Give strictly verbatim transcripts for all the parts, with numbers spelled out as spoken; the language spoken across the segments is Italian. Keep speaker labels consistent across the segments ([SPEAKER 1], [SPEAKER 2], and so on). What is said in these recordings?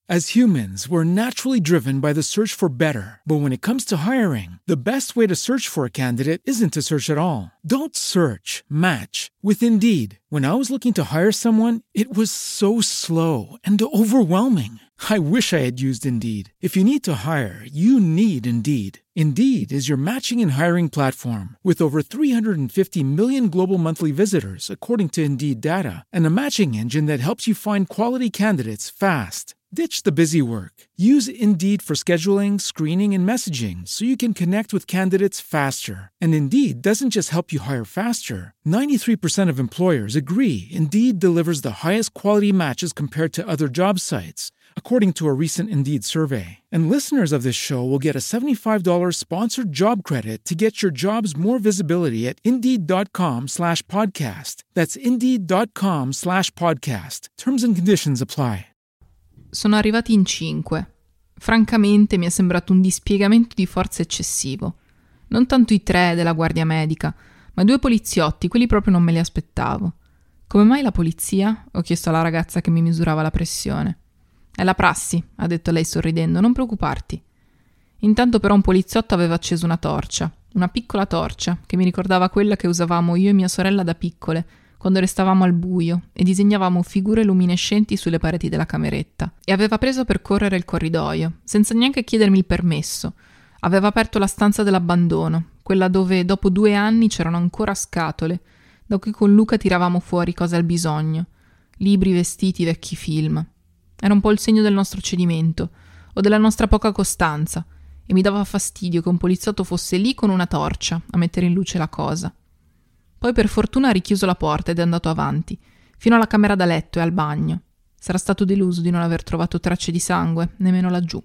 [SPEAKER 1] As humans, we're naturally driven by the search for better. But when it comes to hiring, the best way to search for a candidate isn't to search at all. Don't search, match with Indeed. When I was looking to hire someone, it was so slow and overwhelming. I wish I had used Indeed. If you need to hire, you need Indeed. Indeed is your matching and hiring platform with over three hundred fifty million global monthly visitors, according to Indeed data, and a matching engine that helps you find quality candidates fast. Ditch the busy work. Use Indeed for scheduling, screening, and messaging so you can connect with candidates faster. And Indeed doesn't just help you hire faster. ninety-three percent of employers agree Indeed delivers the highest quality matches compared to other job sites, according to a recent Indeed survey. And listeners of this show will get a seventy-five dollars sponsored job credit to get your jobs more visibility at Indeed.com slash podcast. That's Indeed.com slash podcast. Terms and conditions apply.
[SPEAKER 2] Sono arrivati in cinque. Francamente mi è sembrato un dispiegamento di forza eccessivo. Non tanto i tre della guardia medica, ma i due poliziotti, quelli proprio non me li aspettavo. Come mai la polizia? Ho chiesto alla ragazza che mi misurava la pressione. È la prassi, ha detto lei sorridendo, non preoccuparti. Intanto però un poliziotto aveva acceso una torcia, una piccola torcia, che mi ricordava quella che usavamo io e mia sorella da piccole, quando restavamo al buio e disegnavamo figure luminescenti sulle pareti della cameretta, e aveva preso a percorrere il corridoio, senza neanche chiedermi il permesso. Aveva aperto la stanza dell'abbandono, quella dove dopo due anni c'erano ancora scatole, da cui con Luca tiravamo fuori cose al bisogno, libri, vestiti, vecchi film. Era un po' il segno del nostro cedimento, o della nostra poca costanza, e mi dava fastidio che un poliziotto fosse lì con una torcia a mettere in luce la cosa. Poi per fortuna ha richiuso la porta ed è andato avanti, fino alla camera da letto e al bagno. Sarà stato deluso di non aver trovato tracce di sangue, nemmeno laggiù.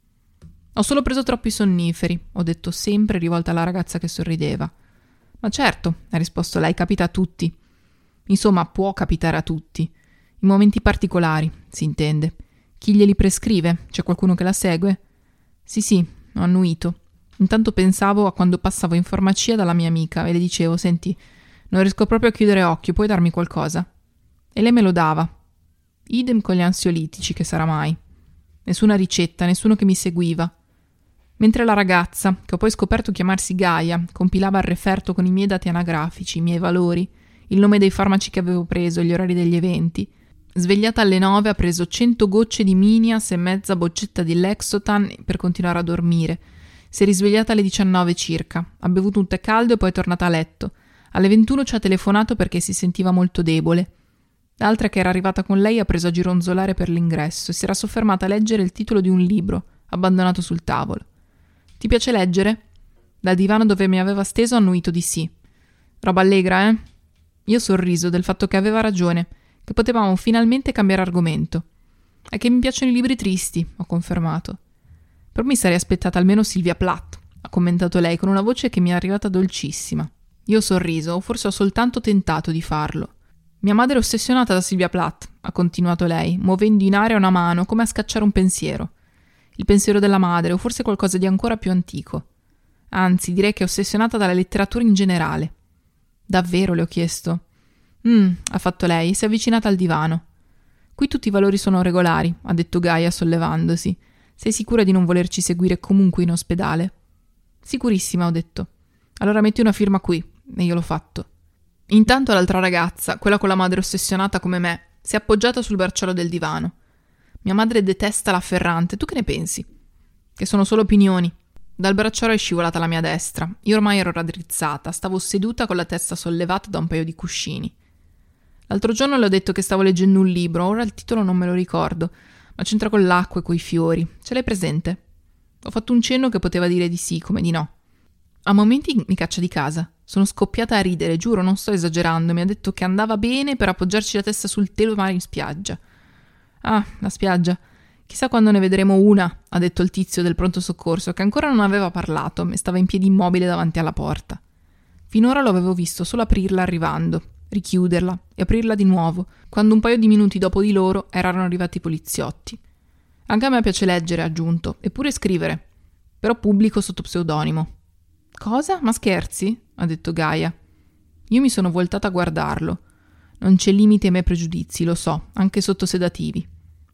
[SPEAKER 2] Ho solo preso troppi sonniferi, ho detto sempre rivolta alla ragazza che sorrideva. Ma certo, ha risposto lei, capita a tutti. Insomma, può capitare a tutti. In momenti particolari, si intende. Chi glieli prescrive? C'è qualcuno che la segue? Sì, sì, ho annuito. Intanto pensavo a quando passavo in farmacia dalla mia amica e le dicevo, senti, non riesco proprio a chiudere occhio, puoi darmi qualcosa? E lei me lo dava. Idem con gli ansiolitici, che sarà mai. Nessuna ricetta, nessuno che mi seguiva. Mentre la ragazza, che ho poi scoperto chiamarsi Gaia, compilava il referto con i miei dati anagrafici, i miei valori, il nome dei farmaci che avevo preso e gli orari degli eventi, svegliata alle nove ha preso cento gocce di Minias e mezza boccetta di Lexotan per continuare a dormire. Si è risvegliata alle diciannove circa, ha bevuto un tè caldo e poi è tornata a letto. Alle ventuno ci ha telefonato perché si sentiva molto debole. L'altra che era arrivata con lei ha preso a gironzolare per l'ingresso e si era soffermata a leggere il titolo di un libro, abbandonato sul tavolo. Ti piace leggere? Dal divano dove mi aveva steso ho annuito di sì. Roba allegra, eh? Io sorriso del fatto che aveva ragione, che potevamo finalmente cambiare argomento. È che mi piacciono i libri tristi, ho confermato. Per mi sarei aspettata almeno Sylvia Plath, ha commentato lei con una voce che mi è arrivata dolcissima. Io ho sorriso, o forse ho soltanto tentato di farlo. Mia madre è ossessionata da Sylvia Plath, ha continuato lei, muovendo in aria una mano come a scacciare un pensiero. Il pensiero della madre, o forse qualcosa di ancora più antico. Anzi, direi che è ossessionata dalla letteratura in generale. Davvero, le ho chiesto. Mm, ha fatto lei, si è avvicinata al divano. Qui tutti i valori sono regolari, ha detto Gaia sollevandosi. Sei sicura di non volerci seguire comunque in ospedale? Sicurissima, ho detto. Allora metti una firma qui, e io l'ho fatto. Intanto l'altra ragazza, quella con la madre ossessionata come me, si è appoggiata sul bracciolo del divano. Mia madre detesta l'afferrante, tu che ne pensi? Che sono solo opinioni. Dal bracciolo è scivolata la mia destra. Io ormai ero raddrizzata, stavo seduta con la testa sollevata da un paio di cuscini. L'altro giorno le ho detto che stavo leggendo un libro, ora il titolo non me lo ricordo, ma c'entra con l'acqua e coi fiori. Ce l'hai presente? Ho fatto un cenno che poteva dire di sì, come di no. A momenti mi caccia di casa. Sono scoppiata a ridere, giuro, non sto esagerando. Mi ha detto che andava bene per appoggiarci la testa sul telo e mare in spiaggia. Ah, la spiaggia. Chissà quando ne vedremo una, ha detto il tizio del pronto soccorso, che ancora non aveva parlato e stava in piedi immobile davanti alla porta. Finora lo avevo visto solo aprirla arrivando, richiuderla e aprirla di nuovo, quando un paio di minuti dopo di loro erano arrivati i poliziotti. Anche a me piace leggere, ha aggiunto, e pure scrivere, però pubblico sotto pseudonimo. Cosa? Ma scherzi? Ha detto Gaia. Io mi sono voltata a guardarlo. Non c'è limite ai miei pregiudizi, lo so, anche sotto sedativi.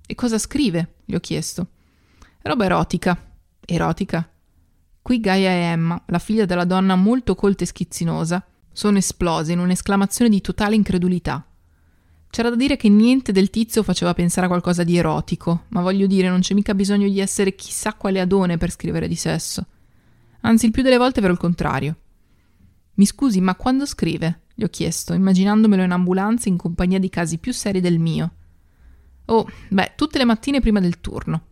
[SPEAKER 2] E cosa scrive? Gli ho chiesto. Roba erotica. Erotica? Qui Gaia e Emma, la figlia della donna molto colta e schizzinosa, sono esplose in un'esclamazione di totale incredulità. C'era da dire che niente del tizio faceva pensare a qualcosa di erotico, ma voglio dire, non c'è mica bisogno di essere chissà quale adone per scrivere di sesso. Anzi, il più delle volte è vero il contrario. Mi scusi, ma quando scrive? Gli ho chiesto, immaginandomelo in ambulanza in compagnia di casi più seri del mio. Oh, beh, tutte le mattine prima del turno.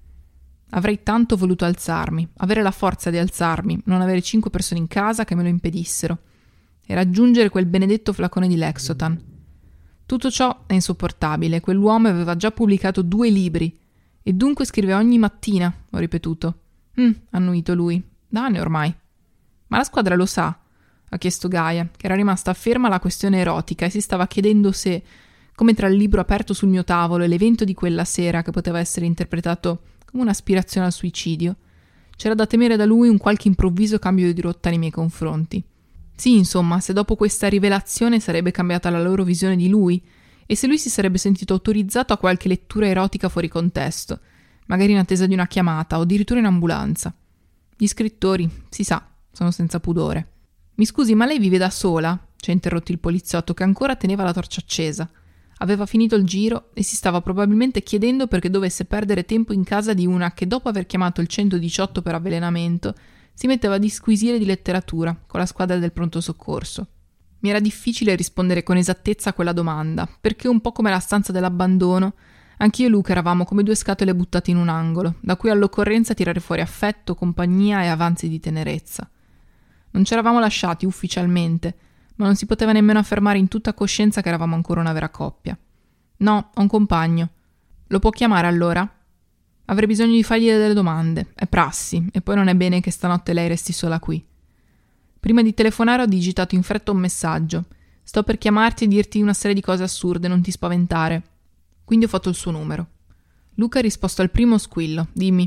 [SPEAKER 2] Avrei tanto voluto alzarmi, avere la forza di alzarmi, non avere cinque persone in casa che me lo impedissero, e raggiungere quel benedetto flacone di Lexotan. Tutto ciò è insopportabile, quell'uomo aveva già pubblicato due libri, e dunque scrive ogni mattina, ho ripetuto. Hm, ha annuito lui, da anni ormai. Ma la squadra lo sa? Ha chiesto Gaia, che era rimasta ferma alla questione erotica e si stava chiedendo se, come tra il libro aperto sul mio tavolo e l'evento di quella sera che poteva essere interpretato come un'aspirazione al suicidio, c'era da temere da lui un qualche improvviso cambio di rotta nei miei confronti. Sì, insomma, se dopo questa rivelazione sarebbe cambiata la loro visione di lui e se lui si sarebbe sentito autorizzato a qualche lettura erotica fuori contesto, magari in attesa di una chiamata o addirittura in ambulanza. Gli scrittori, si sa, sono senza pudore. Mi scusi, ma lei vive da sola? Ci ha interrotto il poliziotto che ancora teneva la torcia accesa. Aveva finito il giro e si stava probabilmente chiedendo perché dovesse perdere tempo in casa di una che dopo aver chiamato il centodiciotto per avvelenamento si metteva a disquisire di letteratura con la squadra del pronto soccorso. Mi era difficile rispondere con esattezza a quella domanda, perché un po' come la stanza dell'abbandono, anch'io e Luca eravamo come due scatole buttate in un angolo, da cui all'occorrenza tirare fuori affetto, compagnia e avanzi di tenerezza. Non ci eravamo lasciati ufficialmente, ma non si poteva nemmeno affermare in tutta coscienza che eravamo ancora una vera coppia. No, ho un compagno. Lo può chiamare allora? Avrei bisogno di fargli delle domande. È prassi, e poi non è bene che stanotte lei resti sola qui. Prima di telefonare ho digitato in fretta un messaggio. Sto per chiamarti e dirti una serie di cose assurde, non ti spaventare. Quindi ho fatto il suo numero. Luca ha risposto al primo squillo. Dimmi.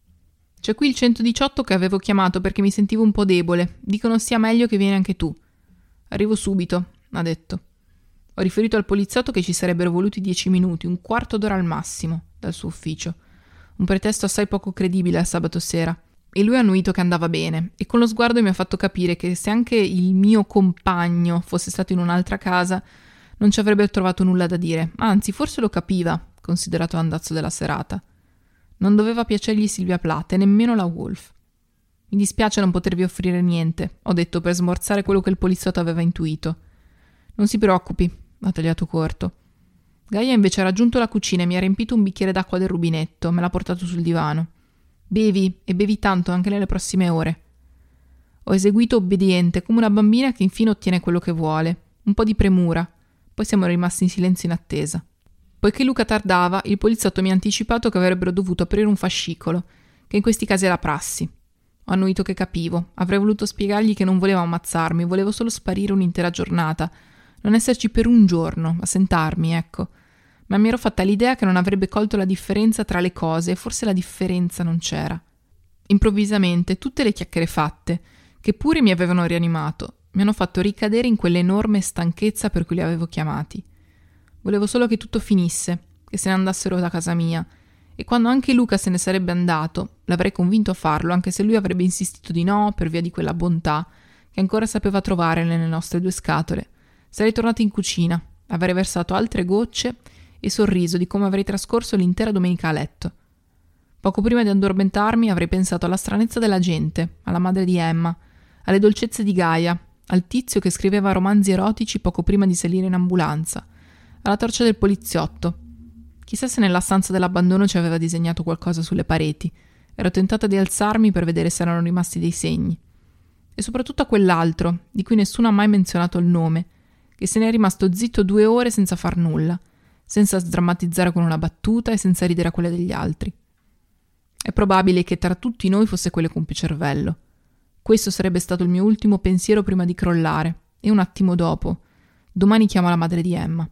[SPEAKER 2] C'è qui il centodiciotto che avevo chiamato perché mi sentivo un po' debole. Dicono sia meglio che vieni anche tu. Arrivo subito, ha detto. Ho riferito al poliziotto che ci sarebbero voluti dieci minuti, un quarto d'ora al massimo, dal suo ufficio. Un pretesto assai poco credibile al sabato sera. E lui ha annuito che andava bene, e con lo sguardo mi ha fatto capire che se anche il mio compagno fosse stato in un'altra casa, non ci avrebbe trovato nulla da dire. Anzi, forse lo capiva, considerato l'andazzo della serata. Non doveva piacergli Silvia Plath e nemmeno la Wolf. Mi dispiace non potervi offrire niente, ho detto per smorzare quello che il poliziotto aveva intuito. Non si preoccupi, ha tagliato corto. Gaia invece ha raggiunto la cucina e mi ha riempito un bicchiere d'acqua del rubinetto, me l'ha portato sul divano. Bevi, e bevi tanto anche nelle prossime ore. Ho eseguito obbediente, come una bambina che infine ottiene quello che vuole. Un po' di premura. Poi siamo rimasti in silenzio in attesa. Poiché Luca tardava, il poliziotto mi ha anticipato che avrebbero dovuto aprire un fascicolo, che in questi casi è la prassi. Ho annuito che capivo. Avrei voluto spiegargli che non volevo ammazzarmi, volevo solo sparire un'intera giornata. Non esserci per un giorno, assentarmi, ecco. Ma mi ero fatta l'idea che non avrebbe colto la differenza tra le cose e forse la differenza non c'era. Improvvisamente tutte le chiacchiere fatte, che pure mi avevano rianimato, mi hanno fatto ricadere in quell'enorme stanchezza per cui li avevo chiamati. Volevo solo che tutto finisse, che se ne andassero da casa mia, e quando anche Luca se ne sarebbe andato, l'avrei convinto a farlo, anche se lui avrebbe insistito di no per via di quella bontà che ancora sapeva trovare nelle nostre due scatole. Sarei tornato in cucina, avrei versato altre gocce e sorriso di come avrei trascorso l'intera domenica a letto. Poco prima di addormentarmi avrei pensato alla stranezza della gente, alla madre di Emma, alle dolcezze di Gaia, al tizio che scriveva romanzi erotici poco prima di salire in ambulanza, alla torcia del poliziotto. Chissà se nella stanza dell'abbandono ci aveva disegnato qualcosa sulle pareti. Ero tentata di alzarmi per vedere se erano rimasti dei segni. E soprattutto a quell'altro, di cui nessuno ha mai menzionato il nome, che se ne è rimasto zitto due ore senza far nulla, senza sdrammatizzare con una battuta e senza ridere a quelle degli altri. È probabile che tra tutti noi fosse quello con più cervello. Questo sarebbe stato il mio ultimo pensiero prima di crollare, e un attimo dopo, domani chiamo la madre di Emma.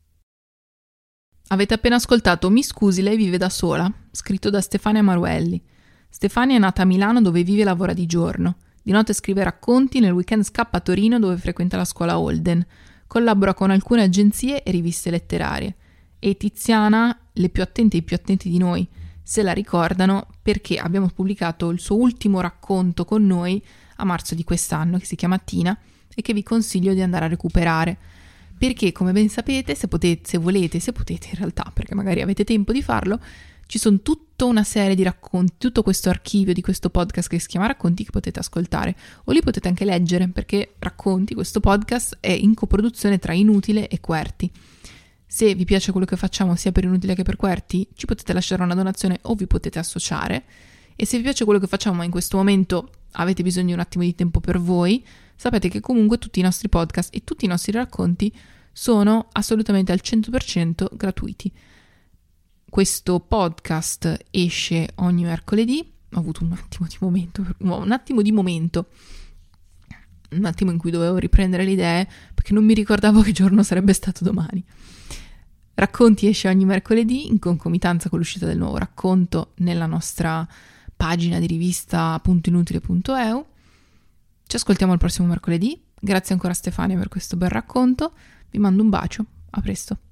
[SPEAKER 2] Avete appena ascoltato Mi scusi, lei vive da sola? Scritto da Stefania Maruelli. Stefania è nata a Milano dove vive e lavora di giorno. Di notte scrive racconti, nel weekend scappa a Torino dove frequenta la scuola Holden. Collabora con alcune agenzie e riviste letterarie. E Tiziana le più attente e i più attenti di noi se la ricordano, perché abbiamo pubblicato il suo ultimo racconto con noi a marzo di quest'anno, che si chiama Tina, e che vi consiglio di andare a recuperare, perché come ben sapete, se potete, se volete, se potete in realtà, perché magari avete tempo di farlo, ci sono tutta una serie di racconti, tutto questo archivio di questo podcast che si chiama Racconti, che potete ascoltare, o li potete anche leggere, perché Racconti, questo podcast, è in coproduzione tra Inutile e Querti. Se vi piace quello che facciamo sia per Inutile che per Querti, ci potete lasciare una donazione o vi potete associare, e se vi piace quello che facciamo ma in questo momento avete bisogno di un attimo di tempo per voi, sapete che comunque tutti i nostri podcast e tutti i nostri racconti sono assolutamente al cento per cento gratuiti. Questo podcast esce ogni mercoledì. Ho avuto un attimo di momento, un attimo di momento, un attimo in cui dovevo riprendere le idee perché non mi ricordavo che giorno sarebbe stato domani. Racconti esce ogni mercoledì in concomitanza con l'uscita del nuovo racconto nella nostra pagina di rivista punto inutile punto e u. Ci ascoltiamo il prossimo mercoledì. Grazie ancora a Stefania per questo bel racconto. Vi mando un bacio. A presto.